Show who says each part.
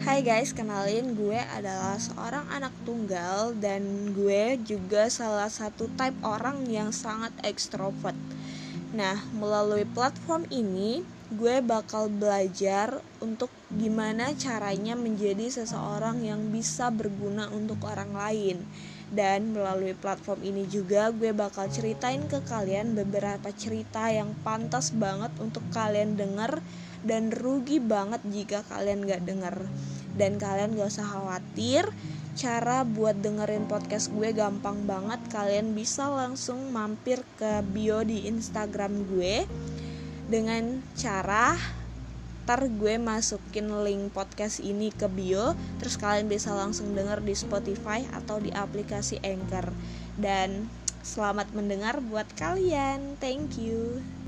Speaker 1: Hai guys, kenalin gue adalah seorang anak tunggal dan gue juga salah satu type orang yang sangat ekstrovert. Nah, melalui platform ini, gue bakal belajar untuk gimana caranya menjadi seseorang yang bisa berguna untuk orang lain. Dan melalui platform ini juga gue bakal ceritain ke kalian beberapa cerita yang pantas banget untuk kalian denger dan rugi banget jika kalian gak denger. Dan kalian gak usah khawatir, cara buat dengerin podcast gue gampang banget. Kalian bisa langsung mampir ke bio di Instagram gue dengan cara ntar gue masukin link podcast ini ke bio, terus kalian bisa langsung denger di Spotify atau di aplikasi Anchor. Dan selamat mendengar buat kalian. Thank you.